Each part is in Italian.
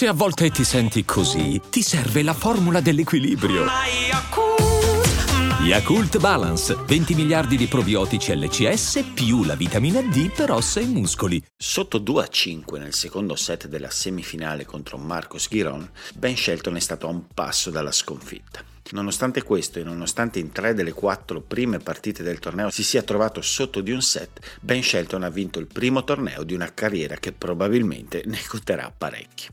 Se a volte ti senti così, ti serve la formula dell'equilibrio. Yakult Balance, 20 miliardi di probiotici LCS più la vitamina D per ossa e muscoli. Sotto 2-5 nel secondo set della semifinale contro Marcos Giron, Ben Shelton è stato a un passo dalla sconfitta. Nonostante questo e nonostante in 3 delle 4 prime partite del torneo si sia trovato sotto di un set, Ben Shelton ha vinto il primo torneo di una carriera che probabilmente ne costerà parecchi.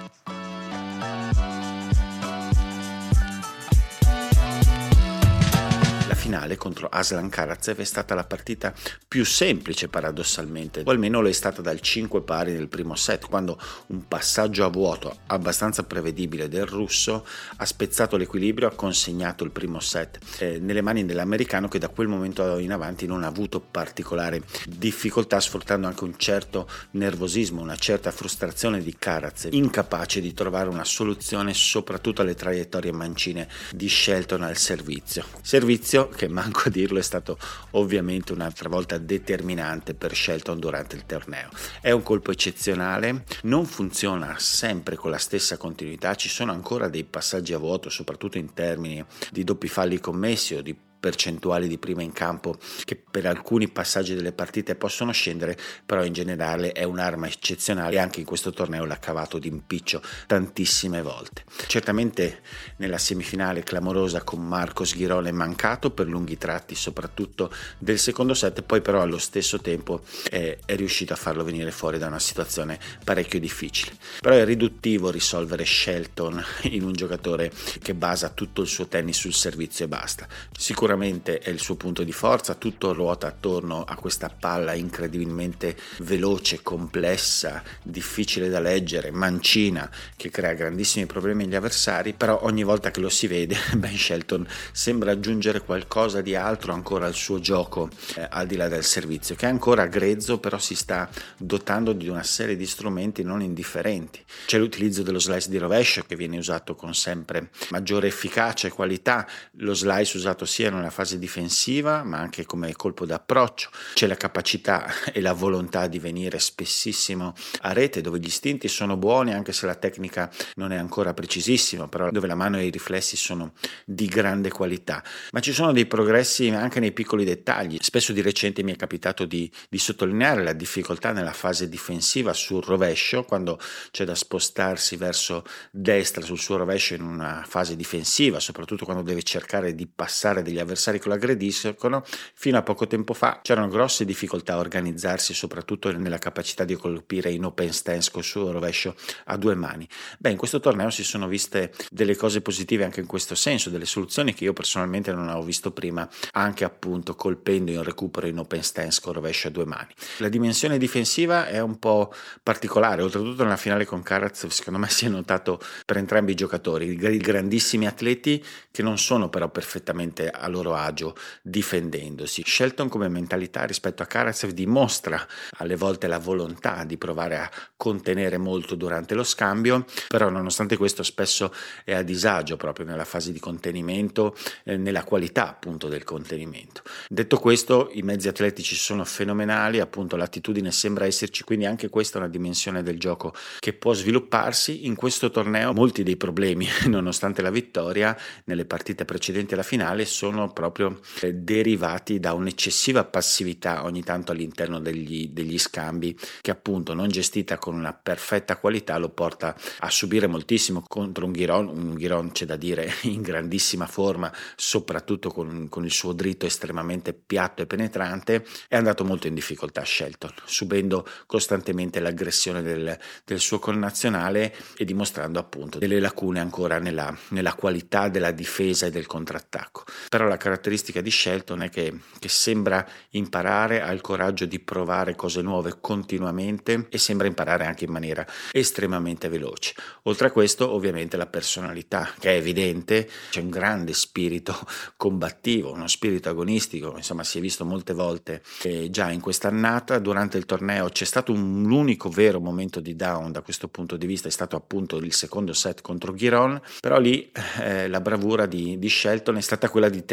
La finale contro Aslan Karatsev è stata la partita più semplice paradossalmente, o almeno lo è stata dal 5 pari nel primo set, quando un passaggio a vuoto abbastanza prevedibile del russo ha spezzato l'equilibrio, ha consegnato il primo set nelle mani dell'americano, che da quel momento in avanti non ha avuto particolare difficoltà, sfruttando anche un certo nervosismo, una certa frustrazione di Karatsev, incapace di trovare una soluzione soprattutto alle traiettorie mancine di Shelton al servizio che, manco a dirlo, è stato ovviamente un'altra volta determinante per Shelton durante il torneo. È un colpo eccezionale, non funziona sempre con la stessa continuità, ci sono ancora dei passaggi a vuoto, soprattutto in termini di doppi falli commessi o di percentuali di prima in campo che per alcuni passaggi delle partite possono scendere, però in generale è un'arma eccezionale e anche in questo torneo l'ha cavato d'impiccio tantissime volte. Certamente nella semifinale clamorosa con Marcos Giron è mancato per lunghi tratti, soprattutto del secondo set, poi però allo stesso tempo è riuscito a farlo venire fuori da una situazione parecchio difficile. Però è riduttivo risolvere Shelton in un giocatore che basa tutto il suo tennis sul servizio e basta. Sicuramente è il suo punto di forza, tutto ruota attorno a questa palla incredibilmente veloce, complessa, difficile da leggere, mancina, che crea grandissimi problemi agli avversari, però ogni volta che lo si vede Ben Shelton sembra aggiungere qualcosa di altro ancora al suo gioco, al di là del servizio, che è ancora grezzo, però si sta dotando di una serie di strumenti non indifferenti. C'è l'utilizzo dello slice di rovescio, che viene usato con sempre maggiore efficacia e qualità, lo slice usato sia nella fase difensiva ma anche come colpo d'approccio. C'è la capacità e la volontà di venire spessissimo a rete, dove gli istinti sono buoni anche se la tecnica non è ancora precisissima, però dove la mano e i riflessi sono di grande qualità. Ma ci sono dei progressi anche nei piccoli dettagli. Spesso di recente mi è capitato di sottolineare la difficoltà nella fase difensiva sul rovescio, quando c'è da spostarsi verso destra sul suo rovescio in una fase difensiva, soprattutto quando deve cercare di passare degli avversari che lo aggrediscono. Fino a poco tempo fa c'erano grosse difficoltà a organizzarsi, soprattutto nella capacità di colpire in open stance col suo rovescio a due mani. In questo torneo si sono viste delle cose positive anche in questo senso, delle soluzioni che io personalmente non avevo visto prima, anche appunto colpendo in recupero in open stance con rovescio a due mani. La dimensione difensiva è un po' particolare, oltretutto nella finale con Karatsev secondo me si è notato per entrambi i giocatori, i grandissimi atleti che non sono però perfettamente a loro agio difendendosi. Shelton come mentalità rispetto a Karatsev dimostra alle volte la volontà di provare a contenere molto durante lo scambio, però nonostante questo spesso è a disagio proprio nella fase di contenimento, nella qualità appunto del contenimento. Detto questo, i mezzi atletici sono fenomenali, appunto l'attitudine sembra esserci, quindi anche questa è una dimensione del gioco che può svilupparsi. In questo torneo molti dei problemi, nonostante la vittoria nelle partite precedenti alla finale, sono proprio derivati da un'eccessiva passività ogni tanto all'interno degli scambi, che appunto non gestita con una perfetta qualità lo porta a subire moltissimo contro un Giron c'è da dire in grandissima forma, soprattutto con il suo dritto estremamente piatto e penetrante. È andato molto in difficoltà Shelton, subendo costantemente l'aggressione del suo connazionale e dimostrando appunto delle lacune ancora nella qualità della difesa e del contrattacco. Però la caratteristica di Shelton è che sembra imparare, ha il coraggio di provare cose nuove continuamente e sembra imparare anche in maniera estremamente veloce. Oltre a questo ovviamente la personalità, che è evidente, c'è un grande spirito combattivo, uno spirito agonistico, insomma si è visto molte volte già in quest'annata. Durante il torneo c'è stato un unico vero momento di down da questo punto di vista, è stato appunto il secondo set contro Giron, però lì la bravura di Shelton è stata quella di tenere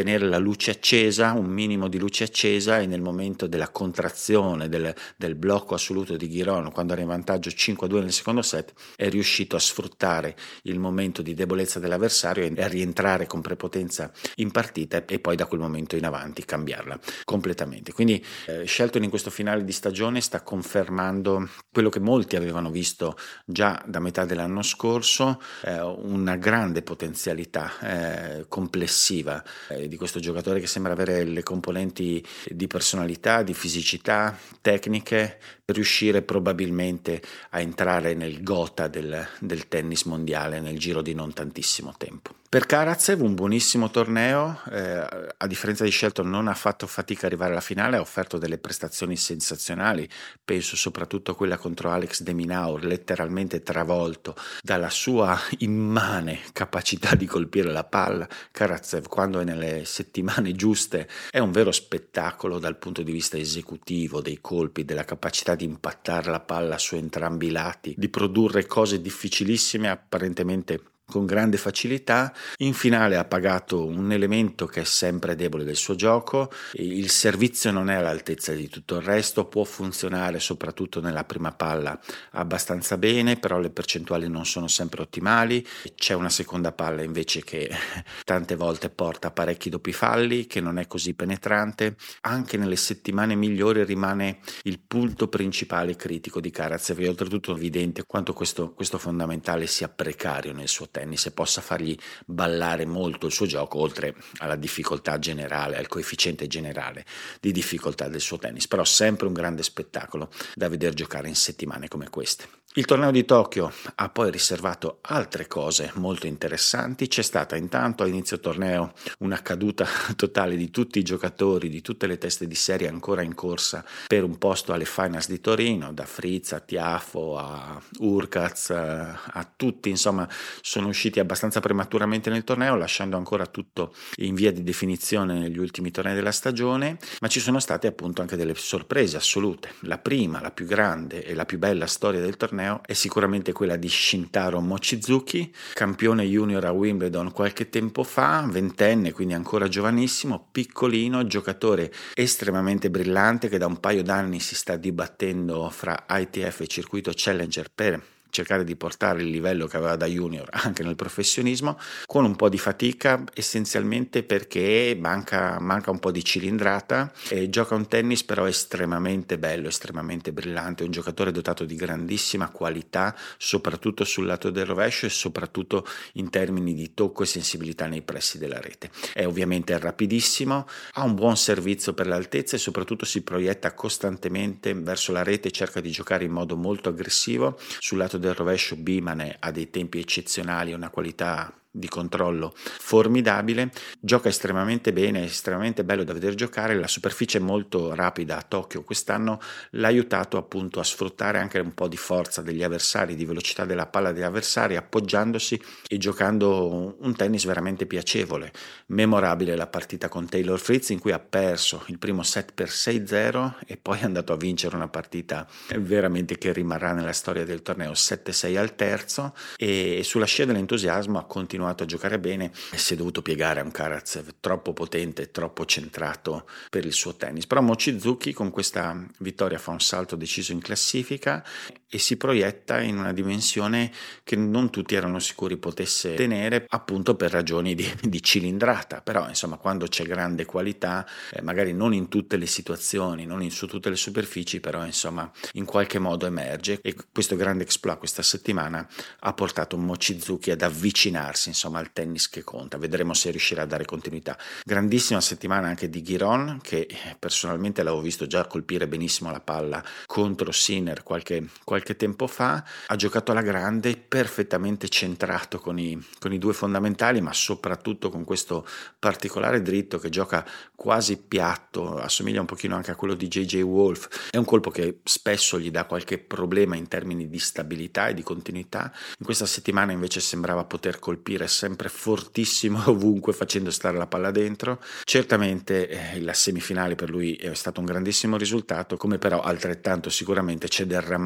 tenere la luce accesa, un minimo di luce accesa, e nel momento della contrazione del blocco assoluto di Giron, quando era in vantaggio 5-2 nel secondo set, è riuscito a sfruttare il momento di debolezza dell'avversario e a rientrare con prepotenza in partita, e poi da quel momento in avanti cambiarla completamente. Quindi Shelton in questo finale di stagione sta confermando quello che molti avevano visto già da metà dell'anno scorso, una grande potenzialità complessiva di questo giocatore, che sembra avere le componenti di personalità, di fisicità, tecniche per riuscire probabilmente a entrare nel gotha del tennis mondiale nel giro di non tantissimo tempo. Per Karatsev un buonissimo torneo, a differenza di Shelton non ha fatto fatica ad arrivare alla finale, ha offerto delle prestazioni sensazionali, penso soprattutto a quella contro Alex de Minaur, letteralmente travolto dalla sua immane capacità di colpire la palla. Karatsev, quando è nelle settimane giuste, è un vero spettacolo dal punto di vista esecutivo, dei colpi, della capacità di impattare la palla su entrambi i lati, di produrre cose difficilissime apparentemente con grande facilità. In finale ha pagato un elemento che è sempre debole del suo gioco: il servizio non è all'altezza di tutto il resto, può funzionare soprattutto nella prima palla abbastanza bene, però le percentuali non sono sempre ottimali. C'è una seconda palla invece che tante volte porta parecchi doppi falli, che non è così penetrante. Anche nelle settimane migliori rimane il punto principale critico di Karatsev, e oltretutto è evidente quanto questo fondamentale sia precario nel suo tennis e possa fargli ballare molto il suo gioco, oltre alla difficoltà generale, al coefficiente generale di difficoltà del suo tennis. Però sempre un grande spettacolo da veder giocare in settimane come queste. Il torneo di Tokyo ha poi riservato altre cose molto interessanti. C'è stata intanto a inizio torneo una caduta totale di tutti i giocatori, di tutte le teste di serie ancora in corsa per un posto alle finals di Torino, da Fritz a Tiafoe a Hurkacz, a tutti, insomma sono usciti abbastanza prematuramente nel torneo, lasciando ancora tutto in via di definizione negli ultimi tornei della stagione. Ma ci sono state appunto anche delle sorprese assolute. La prima, la più grande e la più bella storia del torneo è sicuramente quella di Shintaro Mochizuki, campione junior a Wimbledon qualche tempo fa, ventenne, quindi ancora giovanissimo, piccolino, giocatore estremamente brillante, che da un paio d'anni si sta dibattendo fra ITF e circuito Challenger per cercare di portare il livello che aveva da junior anche nel professionismo, con un po' di fatica, essenzialmente perché manca un po' di cilindrata, e gioca un tennis però estremamente bello, estremamente brillante, un giocatore dotato di grandissima qualità, soprattutto sul lato del rovescio e soprattutto in termini di tocco e sensibilità nei pressi della rete. È ovviamente rapidissimo, ha un buon servizio per l'altezza e soprattutto si proietta costantemente verso la rete, cerca di giocare in modo molto aggressivo. Sul lato del rovescio Bimane ha dei tempi eccezionali, una qualità di controllo formidabile, gioca estremamente bene, è estremamente bello da vedere giocare. La superficie molto rapida a Tokyo quest'anno l'ha aiutato appunto a sfruttare anche un po' di forza degli avversari, di velocità della palla degli avversari, appoggiandosi e giocando un tennis veramente piacevole. Memorabile la partita con Taylor Fritz, in cui ha perso il primo set per 6-0 e poi è andato a vincere una partita veramente che rimarrà nella storia del torneo, 7-6 al terzo, e sulla scia dell'entusiasmo ha continuato a giocare bene e si è dovuto piegare a un Karatsev troppo potente, troppo centrato per il suo tennis. Però Mochizuki con questa vittoria fa un salto deciso in classifica e si proietta in una dimensione che non tutti erano sicuri potesse tenere, appunto per ragioni di cilindrata. Però insomma, quando c'è grande qualità, magari non in tutte le situazioni, non su tutte le superfici, però insomma in qualche modo emerge, e questo grande exploit questa settimana ha portato Mochizuki ad avvicinarsi insomma al tennis che conta. Vedremo se riuscirà a dare continuità. Grandissima settimana anche di Giron, che personalmente l'avevo visto già colpire benissimo la palla contro Sinner qualche tempo fa. Ha giocato alla grande, perfettamente centrato con i due fondamentali, ma soprattutto con questo particolare dritto che gioca quasi piatto, assomiglia un pochino anche a quello di JJ Wolf. È un colpo che spesso gli dà qualche problema in termini di stabilità e di continuità. In questa settimana invece sembrava poter colpire sempre fortissimo ovunque, facendo stare la palla dentro. Certamente la semifinale per lui è stato un grandissimo risultato, come però altrettanto sicuramente c'è del rammarico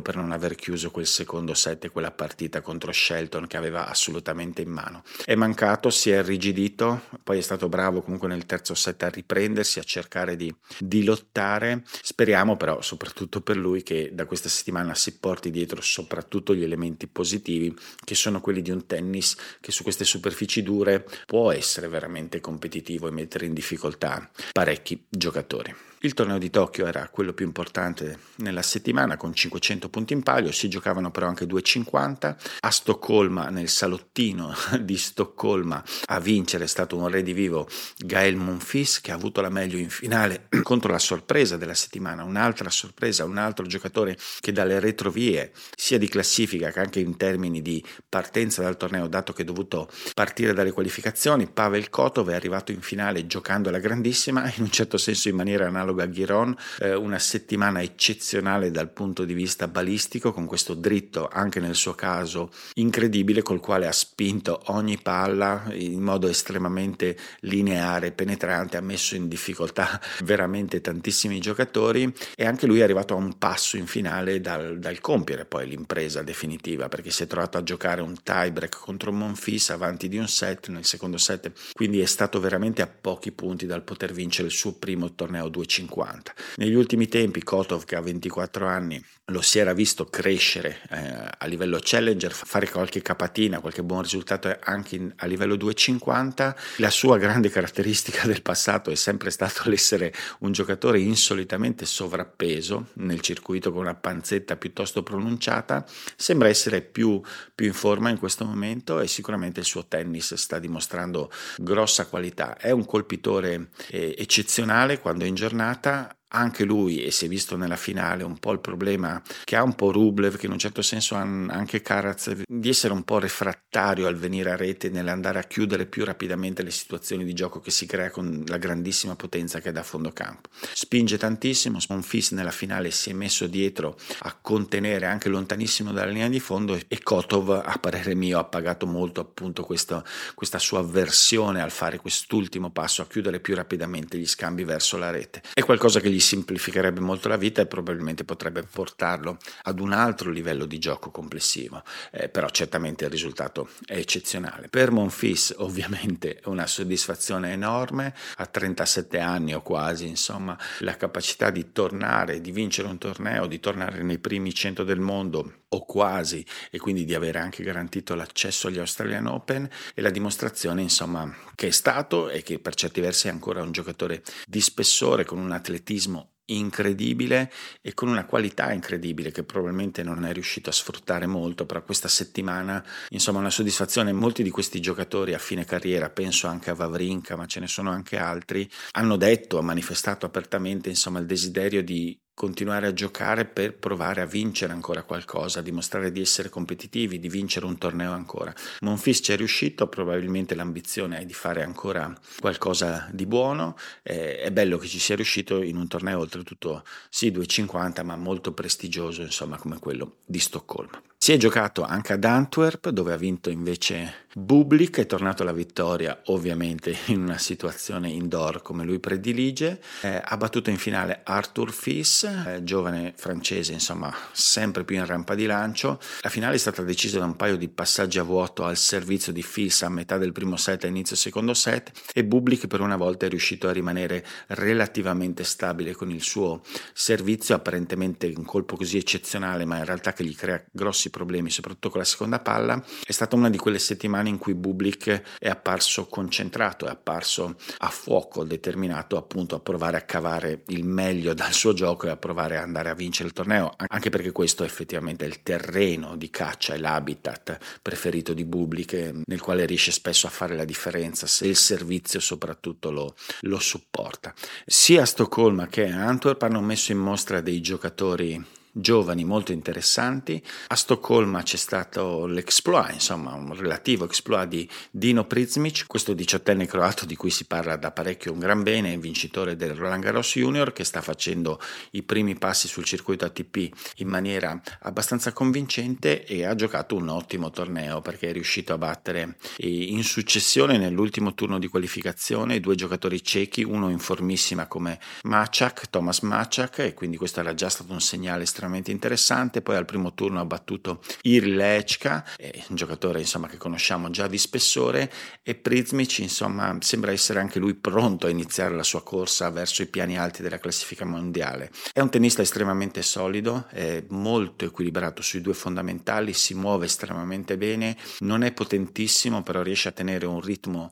per non aver chiuso quel secondo set e quella partita contro Shelton che aveva assolutamente in mano. È mancato, si è irrigidito, poi è stato bravo comunque nel terzo set a riprendersi, a cercare di lottare. Speriamo però, soprattutto per lui, che da questa settimana si porti dietro soprattutto gli elementi positivi, che sono quelli di un tennis che su queste superfici dure può essere veramente competitivo e mettere in difficoltà parecchi giocatori. Il torneo di Tokyo era quello più importante nella settimana, con 500 punti in palio, si giocavano però anche 250. A Stoccolma, nel salottino di Stoccolma, a vincere è stato un redivivo Gael Monfils, che ha avuto la meglio in finale contro la sorpresa della settimana, un'altra sorpresa, un altro giocatore che dalle retrovie, sia di classifica che anche in termini di partenza dal torneo, dato che è dovuto partire dalle qualificazioni, Pavel Kotov è arrivato in finale giocando alla grandissima, in un certo senso in maniera analoga a Giron, una settimana eccezionale dal punto di vista balistico, con questo dritto anche nel suo caso incredibile, col quale ha spinto ogni palla in modo estremamente lineare, penetrante, ha messo in difficoltà veramente tantissimi giocatori, e anche lui è arrivato a un passo in finale dal compiere poi l'impresa definitiva, perché si è trovato a giocare un tie-break contro Monfils avanti di un set nel secondo set, quindi è stato veramente a pochi punti dal poter vincere il suo primo torneo 250. Negli ultimi tempi Kotov, che ha 24 anni, lo si era visto crescere a livello challenger, fare qualche capatina, qualche buon risultato anche a livello 250. La sua grande caratteristica del passato è sempre stato l'essere un giocatore insolitamente sovrappeso nel circuito, con una panzetta piuttosto pronunciata. Sembra essere più in forma in questo momento, e sicuramente il suo tennis sta dimostrando grossa qualità. È un colpitore eccezionale quando è in giornata. Anche lui, e si è visto nella finale un po' il problema che ha un po' Rublev, che in un certo senso ha anche Karatsev, di essere un po' refrattario al venire a rete, nell'andare a chiudere più rapidamente le situazioni di gioco che si crea con la grandissima potenza che è da fondo campo. Spinge tantissimo. Monfils nella finale si è messo dietro a contenere anche lontanissimo dalla linea di fondo, e Kotov, a parere mio, ha pagato molto appunto questa sua avversione al fare quest'ultimo passo, a chiudere più rapidamente gli scambi verso la rete. È qualcosa che gli semplificherebbe molto la vita e probabilmente potrebbe portarlo ad un altro livello di gioco complessivo, però certamente il risultato è eccezionale. Per Monfils ovviamente è una soddisfazione enorme, a 37 anni o quasi, insomma, la capacità di tornare, di vincere un torneo, di tornare nei primi 100 del mondo o quasi, e quindi di avere anche garantito l'accesso agli Australian Open, e la dimostrazione, insomma, che è stato e che per certi versi è ancora un giocatore di spessore, con un atletismo incredibile e con una qualità incredibile che probabilmente non è riuscito a sfruttare molto, però questa settimana, insomma, una soddisfazione. Molti di questi giocatori a fine carriera, penso anche a Wawrinka, ma ce ne sono anche altri, hanno manifestato apertamente, insomma, il desiderio di continuare a giocare per provare a vincere ancora qualcosa, dimostrare di essere competitivi, di vincere un torneo ancora. Monfils ci è riuscito, probabilmente l'ambizione è di fare ancora qualcosa di buono. È bello che ci sia riuscito in un torneo oltretutto sì 250, ma molto prestigioso, insomma, come quello di Stoccolma. Si è giocato anche ad Antwerp, dove ha vinto invece Bublik, è tornato alla vittoria ovviamente in una situazione indoor come lui predilige, ha battuto in finale Arthur Fils, giovane francese, insomma, sempre più in rampa di lancio. La finale è stata decisa da un paio di passaggi a vuoto al servizio di Fils a metà del primo set e inizio secondo set, e Bublik per una volta è riuscito a rimanere relativamente stabile con il suo servizio, apparentemente un colpo così eccezionale, ma in realtà che gli crea grossi problemi, soprattutto con la seconda palla. È stata una di quelle settimane in cui Bublik è apparso concentrato, è apparso a fuoco, determinato appunto a provare a cavare il meglio dal suo gioco e a provare ad andare a vincere il torneo, anche perché questo effettivamente è il terreno di caccia, è l'habitat preferito di Bublik, nel quale riesce spesso a fare la differenza se il servizio soprattutto lo supporta. Sia a Stoccolma che a Antwerp hanno messo in mostra dei giocatori giovani molto interessanti. A Stoccolma c'è stato l'exploit, insomma un relativo exploit di Dino Prizmic, questo 18enne croato di cui si parla da parecchio un gran bene, vincitore del Roland Garros Junior, che sta facendo i primi passi sul circuito ATP in maniera abbastanza convincente, e ha giocato un ottimo torneo perché è riuscito a battere in successione nell'ultimo turno di qualificazione due giocatori cechi, uno in formissima come Tomas Mačak, e quindi questo era già stato un segnale estremamente estremamente interessante. Poi al primo turno ha battuto Iri Lechka, un giocatore insomma che conosciamo già di spessore, e Prizmic insomma sembra essere anche lui pronto a iniziare la sua corsa verso i piani alti della classifica mondiale. È un tennista estremamente solido, è molto equilibrato sui due fondamentali, si muove estremamente bene, non è potentissimo, però riesce a tenere un ritmo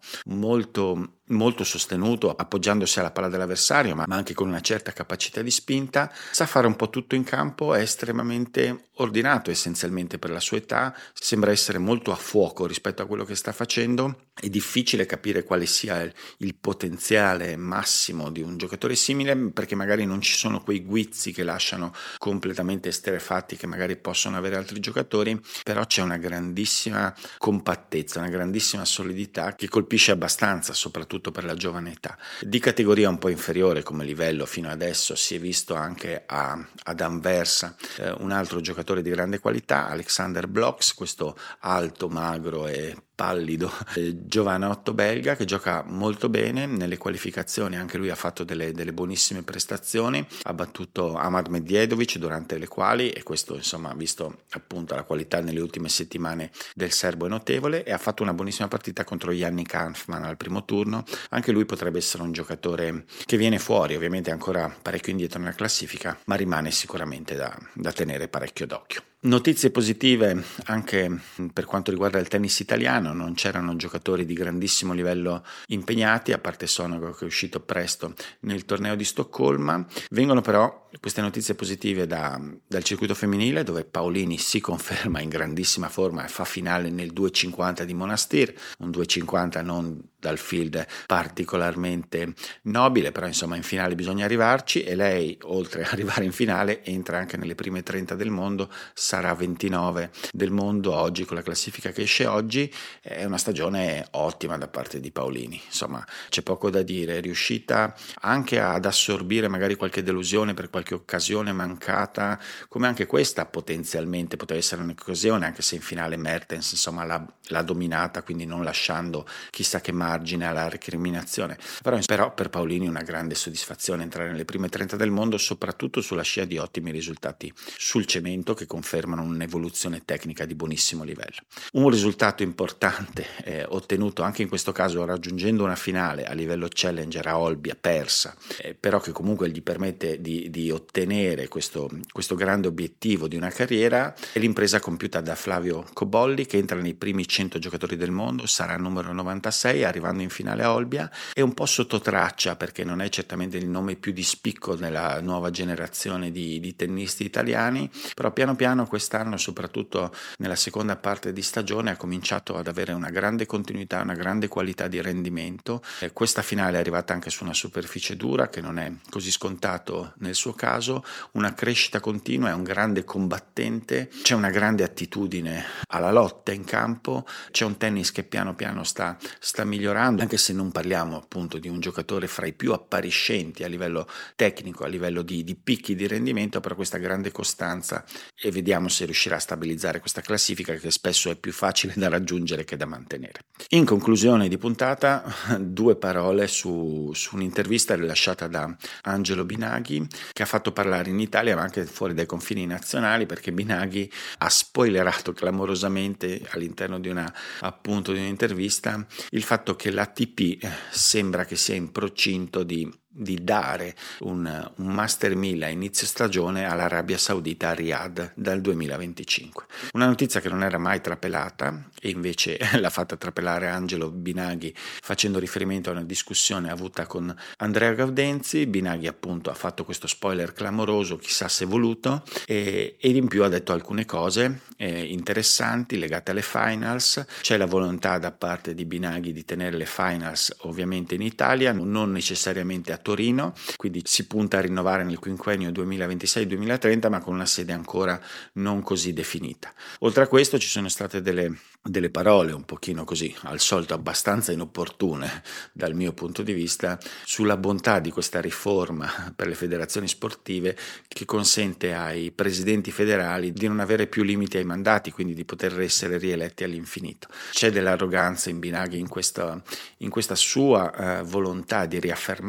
molto sostenuto, appoggiandosi alla palla dell'avversario, ma anche con una certa capacità di spinta. Sa fare un po' tutto in campo, è estremamente ordinato essenzialmente per la sua età, sembra essere molto a fuoco rispetto a quello che sta facendo. È difficile capire quale sia il potenziale massimo di un giocatore simile, perché magari non ci sono quei guizzi che lasciano completamente esterrefatti che magari possono avere altri giocatori, però c'è una grandissima compattezza, una grandissima solidità che colpisce abbastanza, soprattutto per la giovane età. Di categoria un po' inferiore come livello fino adesso si è visto anche ad Anversa un altro giocatore di grande qualità, Alexander Bloks, questo alto, magro e pallido giovanotto belga che gioca molto bene nelle qualificazioni. Anche lui ha fatto delle buonissime prestazioni, ha battuto Amad Medjedovic durante le quali, e questo insomma visto appunto la qualità nelle ultime settimane del serbo è notevole, e ha fatto una buonissima partita contro Yannick Hanfmann al primo turno. Anche lui potrebbe essere un giocatore che viene fuori, ovviamente è ancora parecchio indietro nella classifica, ma rimane sicuramente da tenere parecchio d'occhio. Notizie positive anche per quanto riguarda il tennis italiano. Non c'erano giocatori di grandissimo livello impegnati, a parte Sonego che è uscito presto nel torneo di Stoccolma. Vengono però queste notizie positive dal circuito femminile, dove Paolini si conferma in grandissima forma e fa finale nel 2,50 di Monastir, un 2,50 non dal field particolarmente nobile, però insomma in finale bisogna arrivarci, e lei oltre ad arrivare in finale entra anche nelle prime 30 del mondo, sarà 29 del mondo oggi con la classifica che esce oggi. È una stagione ottima da parte di Paolini, insomma c'è poco da dire, è riuscita anche ad assorbire magari qualche delusione per qualche occasione mancata, come anche questa potenzialmente poteva essere un'occasione, anche se in finale Mertens insomma l'ha dominata, quindi non lasciando chissà che margine alla recriminazione. Però per Paolini una grande soddisfazione entrare nelle prime 30 del mondo, soprattutto sulla scia di ottimi risultati sul cemento che confermano un'evoluzione tecnica di buonissimo livello. Un risultato importante ottenuto anche in questo caso raggiungendo una finale a livello challenger a Olbia, persa, però che comunque gli permette di ottenere questo grande obiettivo di una carriera, è l'impresa compiuta da Flavio Cobolli, che entra nei primi 100 giocatori del mondo, sarà numero 96 arrivando in finale a Olbia. È un po' sotto traccia perché non è certamente il nome più di spicco nella nuova generazione di tennisti italiani, però piano piano quest'anno, soprattutto nella seconda parte di stagione, ha cominciato ad avere una grande continuità, una grande qualità di rendimento. Questa finale è arrivata anche su una superficie dura, che non è così scontato nel suo caso, una crescita continua, è un grande combattente, c'è una grande attitudine alla lotta in campo, c'è un tennis che piano piano sta migliorando, anche se non parliamo appunto di un giocatore fra i più appariscenti a livello tecnico, a livello di picchi di rendimento, però questa grande costanza, e vediamo se riuscirà a stabilizzare questa classifica che spesso è più facile da raggiungere che da mantenere. In conclusione di puntata, due parole su un'intervista rilasciata da Angelo Binaghi, che ha fatto parlare in Italia ma anche fuori dai confini nazionali, perché Binaghi ha spoilerato clamorosamente all'interno di un'intervista il fatto che l'ATP sembra che sia in procinto di dare un Master 1000 a inizio stagione all'Arabia Saudita a Riyadh dal 2025. Una notizia che non era mai trapelata, e invece l'ha fatta trapelare Angelo Binaghi facendo riferimento a una discussione avuta con Andrea Gaudenzi. Binaghi appunto ha fatto questo spoiler clamoroso, chissà se voluto, e in più ha detto alcune cose interessanti legate alle finals. C'è la volontà da parte di Binaghi di tenere le finals ovviamente in Italia, non necessariamente a Torino, quindi si punta a rinnovare nel quinquennio 2026-2030, ma con una sede ancora non così definita. Oltre a questo ci sono state delle parole un pochino così, al solito abbastanza inopportune dal mio punto di vista, sulla bontà di questa riforma per le federazioni sportive che consente ai presidenti federali di non avere più limiti ai mandati, quindi di poter essere rieletti all'infinito. C'è dell'arroganza in Binaghi in questa sua volontà di riaffermare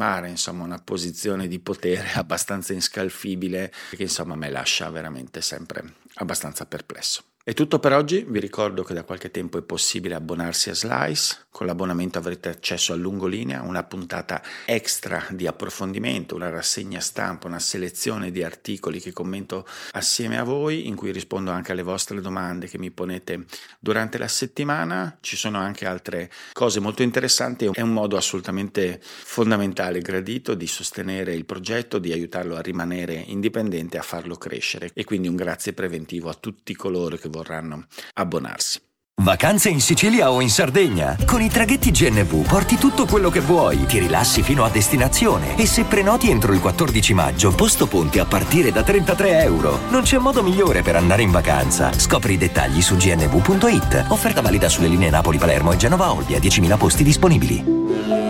insomma una posizione di potere abbastanza inscalfibile, che insomma me lascia veramente sempre abbastanza perplesso. È tutto per oggi, vi ricordo che da qualche tempo è possibile abbonarsi a Slice, con l'abbonamento avrete accesso a Lungolinea, una puntata extra di approfondimento, una rassegna stampa, una selezione di articoli che commento assieme a voi, in cui rispondo anche alle vostre domande che mi ponete durante la settimana. Ci sono anche altre cose molto interessanti, è un modo assolutamente fondamentale, gradito, di sostenere il progetto, di aiutarlo a rimanere indipendente, a farlo crescere, e quindi un grazie preventivo a tutti coloro che vorranno abbonarsi. Vacanze in Sicilia o in Sardegna? Con i traghetti GNV porti tutto quello che vuoi, ti rilassi fino a destinazione e se prenoti entro il 14 maggio, posto ponti a partire da €33. Non c'è modo migliore per andare in vacanza. Scopri i dettagli su gnv.it. Offerta valida sulle linee Napoli-Palermo e Genova-Olbia, 10.000 posti disponibili.